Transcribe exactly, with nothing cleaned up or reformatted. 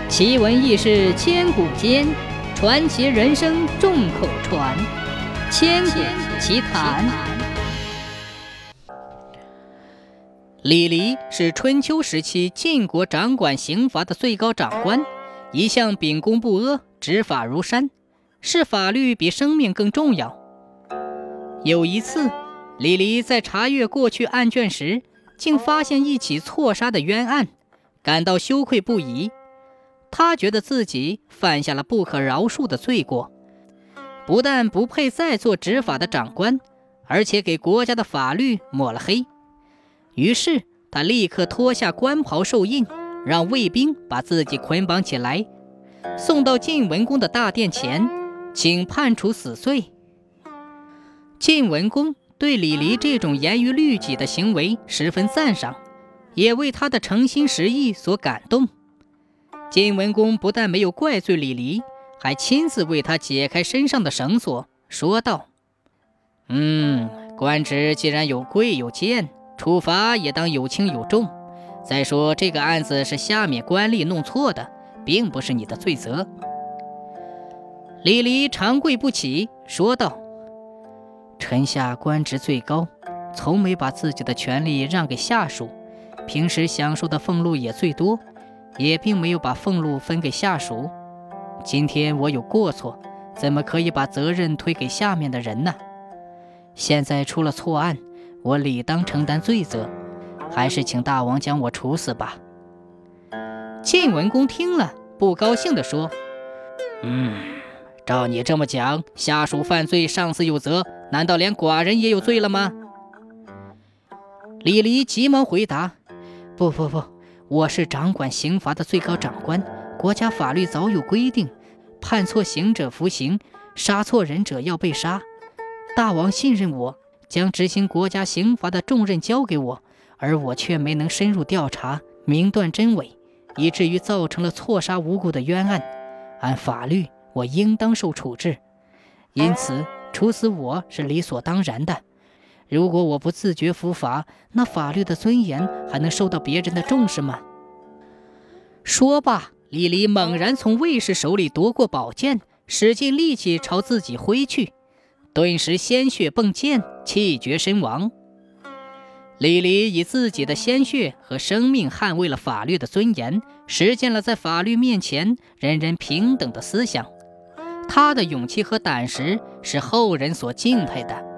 奇闻异事千古间，传奇人生众口传。千古奇谈。李黎是春秋时期晋国掌管刑罚的最高长官，一向秉公不阿，执法如山，视法律比生命更重要。有一次，李黎在查阅过去案卷时，竟发现一起错杀的冤案，感到羞愧不已。他觉得自己犯下了不可饶恕的罪过，不但不配再做执法的长官，而且给国家的法律抹了黑。于是他立刻脱下官袍受印，让卫兵把自己捆绑起来，送到晋文公的大殿前，请判处死罪。晋文公对李黎这种严于律己的行为十分赞赏，也为他的诚心实意所感动。晋文公不但没有怪罪李黎，还亲自为他解开身上的绳索，说道：嗯，官职既然有贵有贱，处罚也当有轻有重。再说这个案子是下面官吏弄错的，并不是你的罪责。李黎长跪不起，说道：臣下官职最高，从没把自己的权力让给下属，平时享受的俸禄也最多，也并没有把俸禄分给下属。今天我有过错，怎么可以把责任推给下面的人呢？现在出了错案，我理当承担罪责，还是请大王将我处死吧。晋文公听了，不高兴地说：嗯，照你这么讲，下属犯罪上司有责，难道连寡人也有罪了吗？李黎急忙回答：不不不，我是掌管刑罚的最高长官，国家法律早有规定，判错刑者服刑，杀错人者要被杀。大王信任我，将执行国家刑罚的重任交给我，而我却没能深入调查，明断真伪，以至于造成了错杀无辜的冤案。按法律，我应当受处置，因此处死我是理所当然的。如果我不自觉伏法，那法律的尊严还能受到别人的重视吗？说罢，李黎猛然从卫士手里夺过宝剑，使尽力气朝自己挥去，顿时鲜血迸溅，气绝身亡。李黎以自己的鲜血和生命捍卫了法律的尊严，实践了在法律面前人人平等的思想。他的勇气和胆识是后人所敬佩的。